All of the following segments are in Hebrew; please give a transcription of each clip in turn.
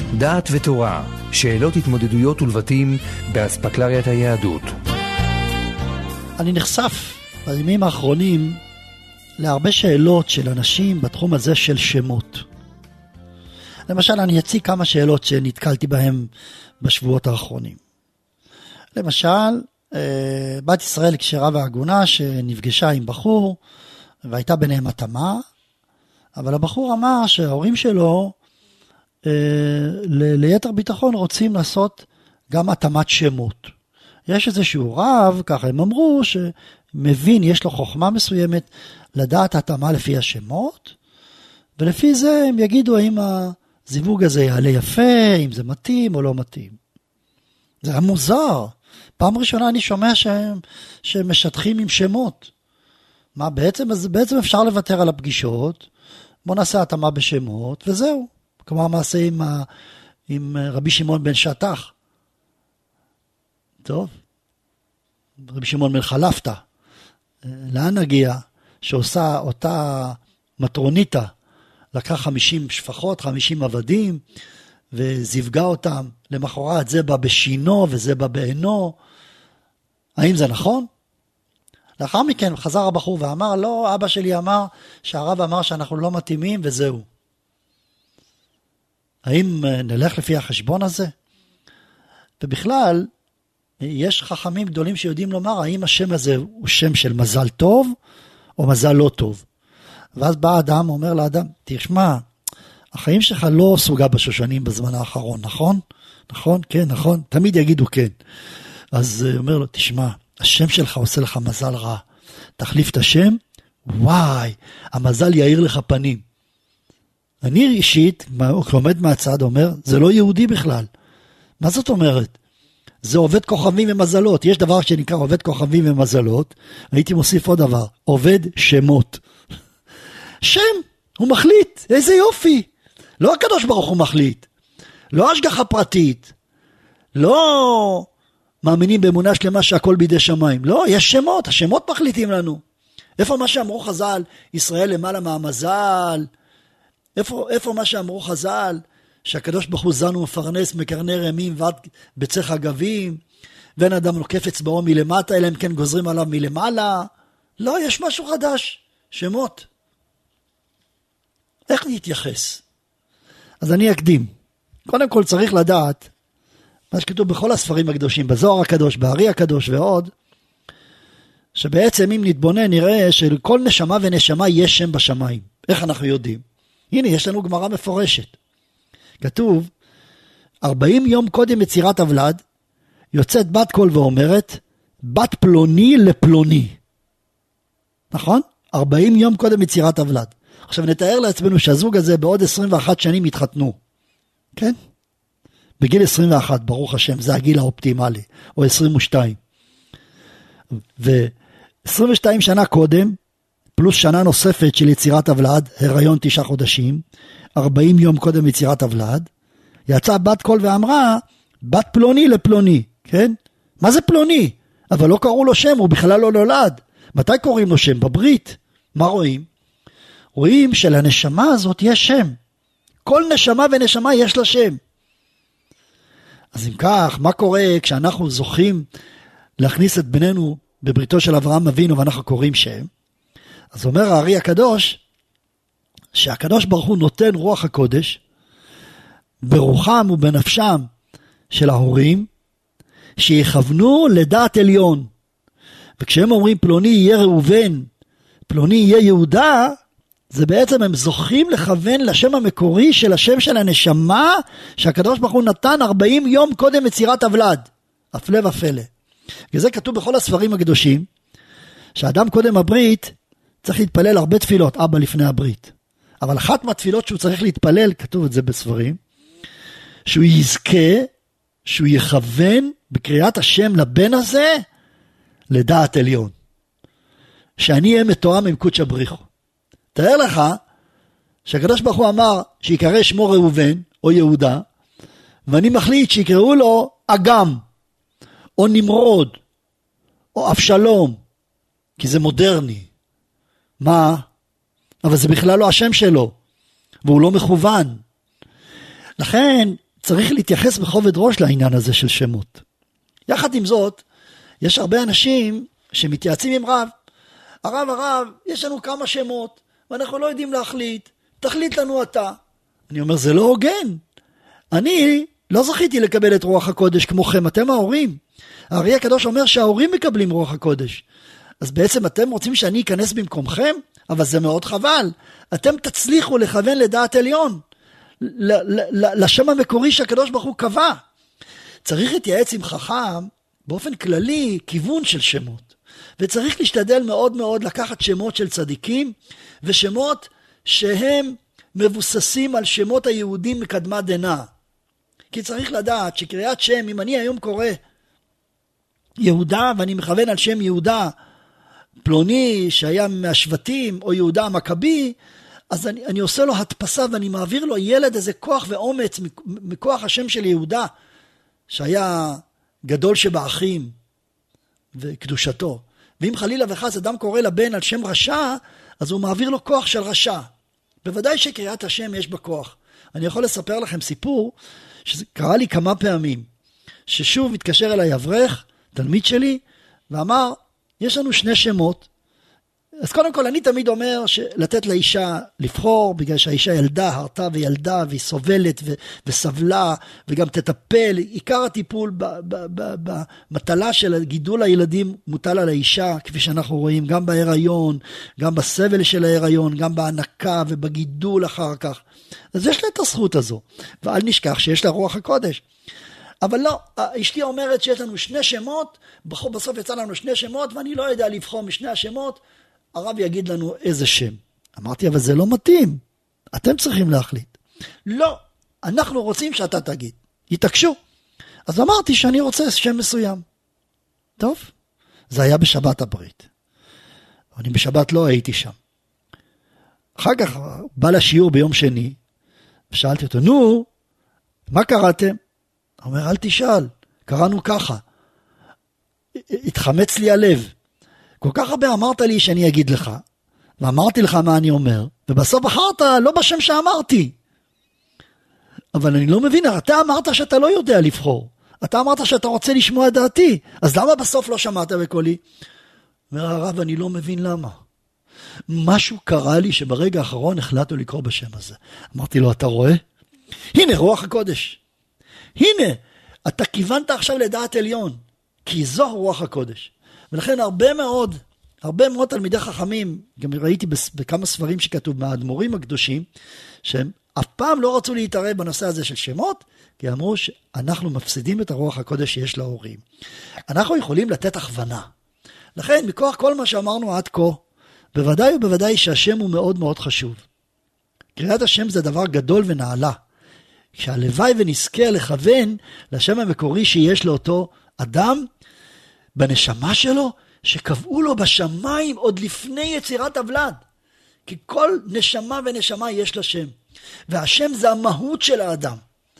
דעת ותורה, שאלות התמודדויות ולבטים באספקלריית היהדות. אני נחשף בימים האחרונים להרבה שאלות של אנשים בתחום הזה של שמות. למשל, אני אציג כמה שאלות שנתקלתי בהן בשבועות האחרונים. למשל, בת ישראל כשרה והגונה שנפגשה עם בחור והייתה ביניהם התאמה, אבל הבחור אמר שההורים שלו ליתר ביטחון רוצים לעשות גם התאמת שמות. יש איזשהו רב, ככה הם אמרו, שמבין, יש לו חוכמה מסוימת לדעת התאמה לפי השמות, ולפי זה הם יגידו האם הזיווג הזה יעלה יפה, אם זה מתאים או לא מתאים. זה היה מוזר. פעם ראשונה אני שומע שהם משטחים עם שמות. מה בעצם? אז בעצם אפשר לוותר על הפגישות, בוא נעשה התאמה בשמות, וזהו. כמו המעשה עם רבי שמעון בן שטח. טוב. רבי שמעון בן חלפתא. לאן נגיע? שעושה אותה מטרוניתה, לקחה 50 שפחות, 50 עבדים, וזיווגה אותם. למחרת זה בא בשינו וזה בא בעינו. האם זה נכון? לאחר מכן חזר הבחור ואמר, לא, אבא שלי אמר שהרב אמר שאנחנו לא מתאימים וזהו. האם נלך לפי החשבון הזה? ובכלל, יש חכמים גדולים שיודעים לומר, האם השם הזה הוא שם של מזל טוב או מזל לא טוב. ואז בא האדם, אומר לאדם, תשמע, החיים שלך לא סוגה בשושנים בזמן האחרון, נכון? נכון? כן, נכון? תמיד יגידו כן. אז אומר לו, תשמע, השם שלך עושה לך מזל רע. תחליף את השם, וואי, המזל יאיר לך פנים. אני אישית, עומד מהצד, אומר, זה לא יהודי בכלל. מה זאת אומרת? זה עובד כוכבים ומזלות. יש דבר שנקרא עובד כוכבים ומזלות. הייתי מוסיף עוד דבר, עובד שמות. שם, הוא מחליט, איזה יופי. לא הקדוש ברוך הוא מחליט. לא השגחה פרטית. לא מאמינים באמונה שלמה שהכל בידי שמיים. לא, יש שמות, השמות מחליטים לנו. איפה מה שאמרו חז"ל, ישראל למעלה מהמזל? איפה מה שאמרו חז"ל, שהקדוש ברוך הוא זן ומפרנס מקרני רמים ועד בצח אגבים, ואין אדם לוקף אצבעו מלמטה, אלא אם כן גוזרים עליו מלמעלה? לא, יש משהו חדש, שמות. איך נתייחס? אז אני אקדים. קודם כל צריך לדעת, מה שכתוב בכל הספרים הקדושים, בזוהר הקדוש, בארי הקדוש ועוד, שבעצם אם נתבונן נראה שלכל נשמה ונשמה יש שם בשמיים. איך אנחנו יודעים? הנה, יש לנו גמרא מפורשת. כתוב, 40 יום קודם יצירת הוולד, יוצאת בת קול ואומרת, בת פלוני לפלוני. נכון? 40 יום קודם יצירת הוולד. עכשיו נתאר לעצמנו שהזוג הזה בעוד 21 שנים יתחתנו. כן? בגיל 21, ברוך השם, זה הגיל האופטימלי, או 22. ו22 שנה קודם, פלוס שנה נוספת של יצירת הוולד, הריון 9 חודשים, 40 יום קודם יצירת הוולד, יצאה בת קול ואמרה, בת פלוני לפלוני, כן? מה זה פלוני? אבל לא קראו לו שם, הוא בכלל לא נולד. מתי קוראים לו שם? בברית. מה רואים? רואים שלנשמה הזאת יש שם. כל נשמה ונשמה יש לה שם. אז אם כך, מה קורה כשאנחנו זוכים להכניס את בנינו בבריתו של אברהם אבינו ואנחנו קוראים שם? אז אומר הארי הקדוש, שהקדוש ברוך הוא נותן רוח הקודש, ברוחם ובנפשם של ההורים, שיכוונו לדעת עליון. וכשהם אומרים פלוני יהיה ראובן, פלוני יהיה יהודה, זה בעצם הם זוכים לכוון לשם המקורי של השם של הנשמה, שהקדוש ברוך הוא נתן 40 יום קודם יצירת הוולד. הפלא ופלא. וזה כתוב בכל הספרים הקדושים, שאדם קודם הברית, צריך להתפלל הרבה תפילות, אבא לפני הברית. אבל אחת מהתפילות שהוא צריך להתפלל, כתוב את זה בספרים, שהוא יזכה, שהוא יכוון בקריאת השם לבן הזה, לדעת עליון. שאני אהיה מתואם עם קודש הבריחו. תאר לך, שהקדוש ברוך הוא אמר, שיקרא שמו ראובן, או יהודה, ואני מחליט שיקראו לו אגם, או נמרוד, או אבשלום, כי זה מודרני. מה? אבל זה בכלל לא השם שלו, והוא לא מכוון. לכן, צריך להתייחס בכובד ראש לעניין הזה של שמות. יחד עם זאת, יש הרבה אנשים שמתייעצים עם רב. הרב, יש לנו כמה שמות, ואנחנו לא יודעים להחליט. תחליט לנו אתה. אני אומר, זה לא הוגן. אני לא זכיתי לקבל את רוח הקודש כמוכם, אתם ההורים. הארי הקדוש אומר שההורים מקבלים רוח הקודש. אז בעצם אתם רוצים שאני אכנס במקומכם? אבל זה מאוד חבל. אתם תצליחו לכוון לדעת עליון. לשם המקורי שהקדוש ברוך הוא קבע. צריך להתייעץ עם חכם באופן כללי כיוון של שמות. וצריך להשתדל מאוד מאוד לקחת שמות של צדיקים, ושמות שהם מבוססים על שמות היהודים מקדמת דנא. כי צריך לדעת שקריאת שם, אם אני היום קורא יהודה, ואני מכוון על שם יהודה פלוני שהיה מהשבטים, או יהודה המכבי, אז אני עושה לו הדפסה, ואני מעביר לו ילד איזה כוח ואומץ מכוח השם של יהודה, שהיה גדול שבאחים וקדושתו. ואם חלילה וחס אדם קורא לבן על שם רשע, אז הוא מעביר לו כוח של רשע. בוודאי שקריאת השם יש בה כוח. אני יכול לספר לכם סיפור, שקרה לי כמה פעמים, ששוב התקשר אליי אברך, תלמיד שלי, ואמר, יש לנו 2 שמות. אז קודם כל אני תמיד אומר לתת לאישה לבחור, בגלל שהאישה ילדה, הרתה וילדה, והיא סובלת וסבלה, וגם תטפל. עיקר הטיפול במטלה של גידול הילדים מוטל על האישה, כפי שאנחנו רואים, גם בהיריון, גם בסבל של ההיריון, גם בהנקה ובגידול אחר כך. אז יש לה את הזכות הזו, ואל נשכח שיש לה רוח הקודש. אבל לא, אשתי אומרת שיש לנו 2 שמות, בסוף יצא לנו 2 שמות, ואני לא יודע לבחור משני השמות, הרב יגיד לנו איזה שם. אמרתי, אבל זה לא מתאים. אתם צריכים להחליט. לא, אנחנו רוצים שאתה תגיד. יתעקשו. אז אמרתי שאני רוצה שם מסוים. טוב, זה היה בשבת הברית. אני בשבת לא הייתי שם. אחר כך בא לשיעור ביום שני, ושאלתי אותו, נו, מה קראתם? הוא אומר, אל תשאל, קראנו ככה. התחמץ לי הלב. כל כך הרבה אמרת לי שאני אגיד לך, ואמרתי לך מה אני אומר, ובסוף בחרת לא בשם שאמרתי. אבל אני לא מבין, אתה אמרת שאתה לא יודע לבחור. אתה אמרת שאתה רוצה לשמוע את דעתי, אז למה בסוף לא שמעת בקולי? אומר הרב, אני לא מבין למה. משהו קרה לי שברגע האחרון החלטנו לקרוא בשם הזה. אמרתי לו, אתה רואה? הנה רוח הקודש. הנה, אתה כיוונת עכשיו לדעת עליון, כי זו רוח הקודש. ולכן הרבה מאוד תלמידי חכמים, גם ראיתי בכמה ספרים שכתוב מהאדמו"רים הקדושים, שהם אף פעם לא רצו להתערב בנושא הזה של שמות, כי אמרו שאנחנו מפסידים את הרוח הקודש שיש להורים. אנחנו יכולים לתת הכוונה. לכן, מכוח כל מה שאמרנו עד כה, בוודאי ובוודאי שהשם הוא מאוד מאוד חשוב. קריאת השם זה דבר גדול ונעלה. שהלוואי ונזכה לכוון לשם המקורי שיש לאותו אדם, בנשמה שלו, שקבעו לו בשמיים עוד לפני יצירת הוולד. כי כל נשמה ונשמה יש לה שם. והשם זה המהות של האדם.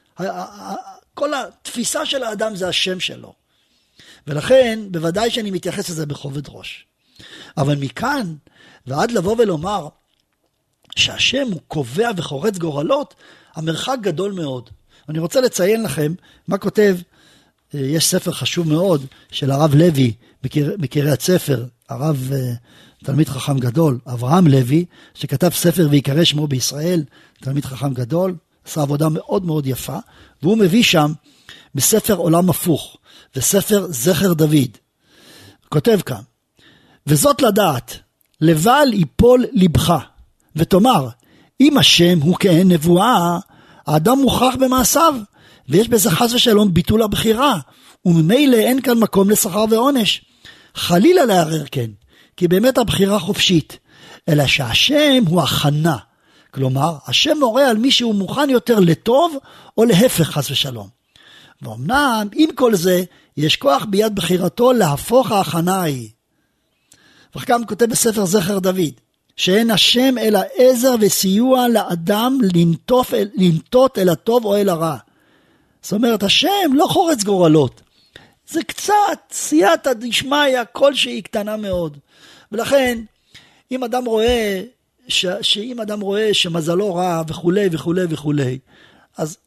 כל התפיסה של האדם זה השם שלו. ולכן, בוודאי שאני מתייחס לזה בכובד ראש. אבל מכאן, ועד לבוא ולומר, שהשם הוא קובע וחורץ גורלות, המרחק גדול מאוד. אני רוצה לציין לכם מה כותב, יש ספר חשוב מאוד של הרב לוי מקריית ספר, הרב תלמיד חכם גדול, אברהם לוי, שכתב ספר ויקרא שמו בישראל, תלמיד חכם גדול, עשה עבודה מאוד מאוד יפה, והוא מביא שם בספר עולם הפוך, וספר זכר דוד. כותב כאן, וזאת לדעת, לבל יפול לבך, ותאמר, אם השם הוא כעין נבואה, האדם מוכרח במעשיו, ויש בזה חס ושלום ביטול הבחירה, וממילא אין כאן מקום לשכר ועונש. חלילה לערער כן, כי באמת הבחירה חופשית, אלא שהשם הוא הכנה. כלומר, השם מורה על מי שהוא מוכן יותר לטוב, או להפך חס ושלום. ואומנם, עם כל זה, יש כוח ביד בחירתו להפוך ההכנה ההיא. וכך כותב בספר זכר דוד, שאין השם אלא עזר וסיוע לאדם לנטות אל הטוב או אל הרע. זאת אומרת, השם לא חורץ גורלות. זה קצת סייעתא דשמיא כלשהי קטנה מאוד. ולכן, אם אדם רואה שמזלו רע וכו' וכו' וכו', אז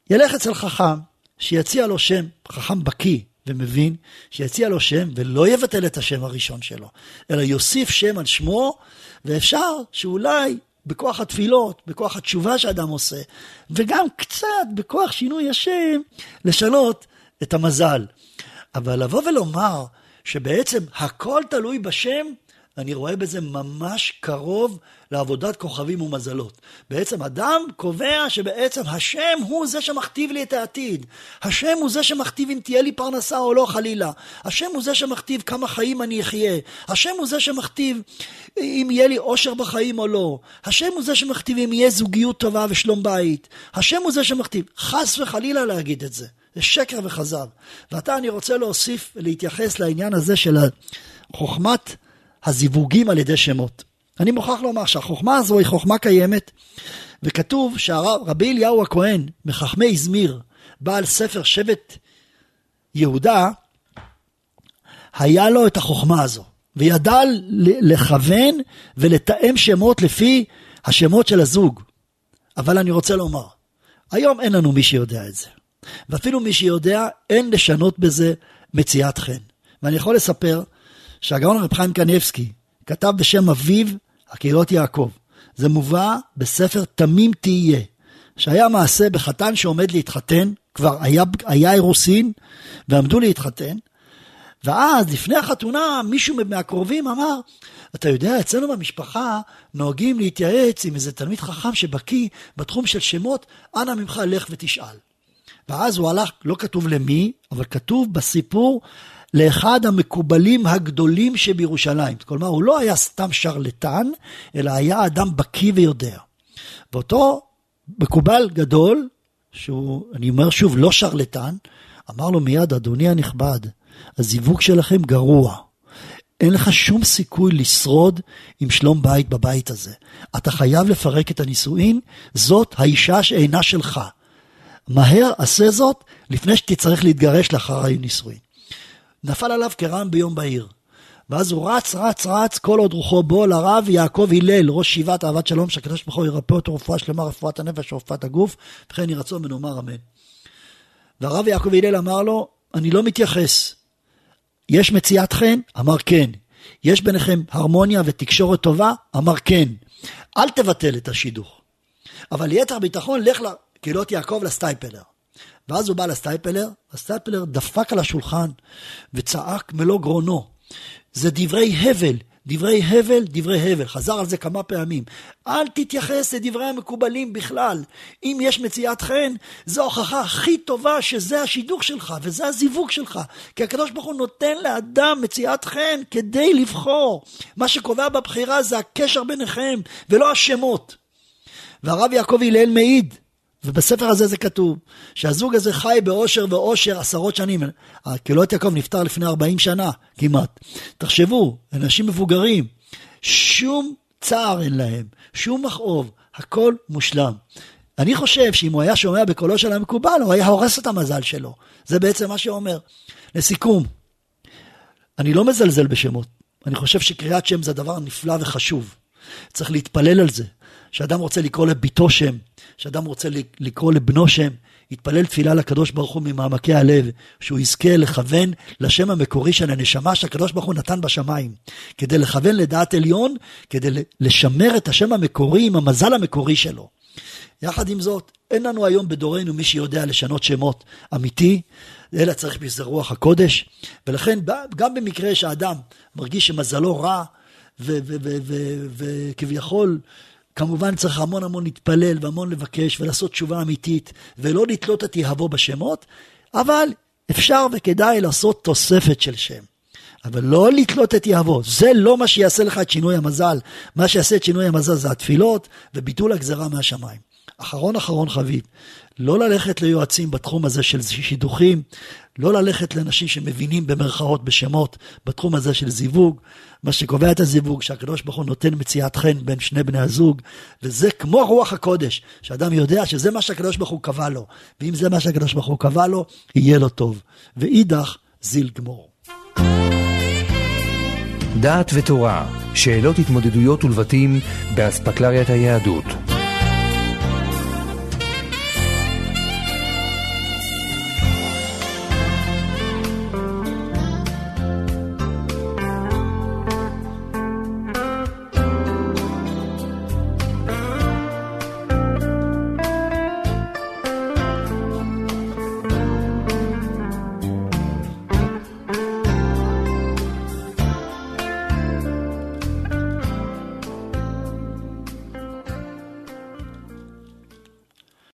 ילך אצל חכם, שיציע לו שם, חכם בקי ומבין, שיציע לו שם, ולא יבטל את השם הראשון שלו, אלא יוסיף שם על שמו, ואפשר שאולי בכוח התפילות, בכוח התשובה שאדם עושה, וגם קצת בכוח שינוי השם, לשנות את המזל. אבל לבוא ולומר שבעצם הכל תלוי בשם, אני רואה בזה ממש קרוב לעבודת כוכבים ומזלות. בעצם אדם קובע שבעצם השם הוא זה שמכתיב לי את העתיד. השם הוא זה שמכתיב אם תהיה לי פרנסה או לא חלילה. השם הוא זה שמכתיב כמה חיים אני אחיה. השם הוא זה שמכתיב אם יהיה לי עושר בחיים או לא. השם הוא זה שמכתיב אם יהיה זוגיות טובה ושלום בית. השם הוא זה שמכתיב. חס וחלילה להגיד את זה. זה שקר וחזב. ועתה אני רוצה להוסיף ולהתייחס לעניין הזה של חוכמת הזיווגים על ידי שמות. אני מוכרח לומר שהחוכמה הזו היא חוכמה קיימת, וכתוב שהרבי אליהו הכהן, מחכמי איזמיר, בעל ספר שבט יהודה, היה לו את החוכמה הזו, וידע לכוון ולתאם שמות לפי השמות של הזוג. אבל אני רוצה לומר, היום אין לנו מי שיודע את זה. ואפילו מי שיודע, אין לשנות בזה מציאת חן. ואני יכול לספר שהגאון הרב חיים קניבסקי כתב בשם אביו הקהילות יעקב. זה מובא בספר תמים תהיה, שהיה מעשה בחתן שעומד להתחתן, כבר היה אירוסין, ועמדו להתחתן, ואז לפני החתונה מישהו מהקרובים אמר, אתה יודע, אצלנו במשפחה נוהגים להתייעץ עם איזה תלמיד חכם שבקי בתחום של שמות, אנא ממך לך ותשאל. ואז הוא הלך, לא כתוב למי, אבל כתוב בסיפור, לאחד המקובלים הגדולים שבירושלים. כלומר, הוא לא היה סתם שרלטן, אלא היה אדם בקי ויודע. ואותו מקובל גדול, שהוא, אני אומר שוב, לא שרלטן, אמר לו מיד, אדוני הנכבד, הזיווג שלכם גרוע. אין לך שום סיכוי לשרוד עם שלום בית בבית הזה. אתה חייב לפרק את הנישואין, זאת האישה שאינה שלך. מהר עשה זאת, לפני שתצטרך להתגרש לאחר הנישואין. נפל עליו כרעם ביום בהיר. ואז הוא רץ, כל עוד רוחו בו לרב יעקב הלל, ראש שיבת אהבת שלום, שהקדוש ברוך הוא ירפא אותו רפואה שלמה, רפואת הנפש ורפואת הגוף, וכן יהי רצון ונאמר אמן. והרב יעקב הלל אמר לו, אני לא מתייחס. יש מציאת חן? אמר כן. יש ביניכם הרמוניה ותקשורת טובה? אמר כן. אל תבטל את השידוך. אבל ליתר ביטחון, לך לקהילות יעקב לסטייפלר. ואז הוא בא לסטייפלר, הסטייפלר דפק על השולחן וצעק מלוא גרונו. זה דברי הבל, דברי הבל, דברי הבל. חזר על זה כמה פעמים. אל תתייחס לדברי המקובלים בכלל. אם יש מציאת חן, זו ההוכחה הכי טובה שזה השידוך שלך וזה הזיווג שלך. כי הקדוש ברוך הוא נותן לאדם מציאת חן כדי לבחור. מה שקובע בבחירה זה הקשר ביניכם ולא השמות. והרב יעקב הלל מעיד. ובספר הזה זה כתוב, שהזוג הזה חי באושר ואושר 10 שנים. קהילות יעקב נפטר לפני 40 שנה, כמעט. תחשבו, אנשים מבוגרים, שום צער אין להם, שום מכאוב, הכל מושלם. אני חושב שאם הוא היה שומע בקולו של המקובל, הוא היה הורס את המזל שלו. זה בעצם מה שאומר. לסיכום, אני לא מזלזל בשמות. אני חושב שקריאת שם זה דבר נפלא וחשוב. צריך להתפלל על זה. שאדם רוצה לקרוא לביתו שם, שאדם רוצה לקרוא לבנו שם, יתפלל תפילה לקדוש ברוך הוא ממעמקי הלב, שהוא יזכה לכוון לשם המקורי של הנשמה שהקדוש ברוך הוא נתן בשמיים, כדי לכוון לדעת עליון, כדי לשמר את השם המקורי עם המזל המקורי שלו. יחד עם זאת, אין לנו היום בדורנו מי שיודע לשנות שמות אמיתי, אלא צריך בזה רוח הקודש, ולכן גם במקרה שהאדם מרגיש שמזלו רע, וכביכול, כמובן צריך המון להתפלל והמון לבקש ולעשות תשובה אמיתית ולא לתלות את יהבו בשמות, אבל אפשר וכדאי לעשות תוספת של שם. אבל לא לתלות את יהבו, זה לא מה שיעשה לך את שינוי המזל. מה שיעשה את שינוי המזל זה התפילות וביטול הגזרה מהשמיים. אחרון חביב, לא ללכת ליועצים בתחום הזה של שידוכים, לא ללכת לאנשים שמבינים במרכאות בשמות בתחום הזה של זיווג. מה שקובע את הזיווג, שהקדוש ברוך הוא נותן מציאת חן בין שני בני הזוג, וזה כמו רוח הקודש, שאדם יודע שזה מה שהקדוש ברוך הוא קבע לו, ואם זה מה שהקדוש ברוך הוא קבע לו, יהיה לו טוב. ואידך זיל גמור. דעת ותורה, שאלות התמודדויות ולבטים באספקלריית היהדות.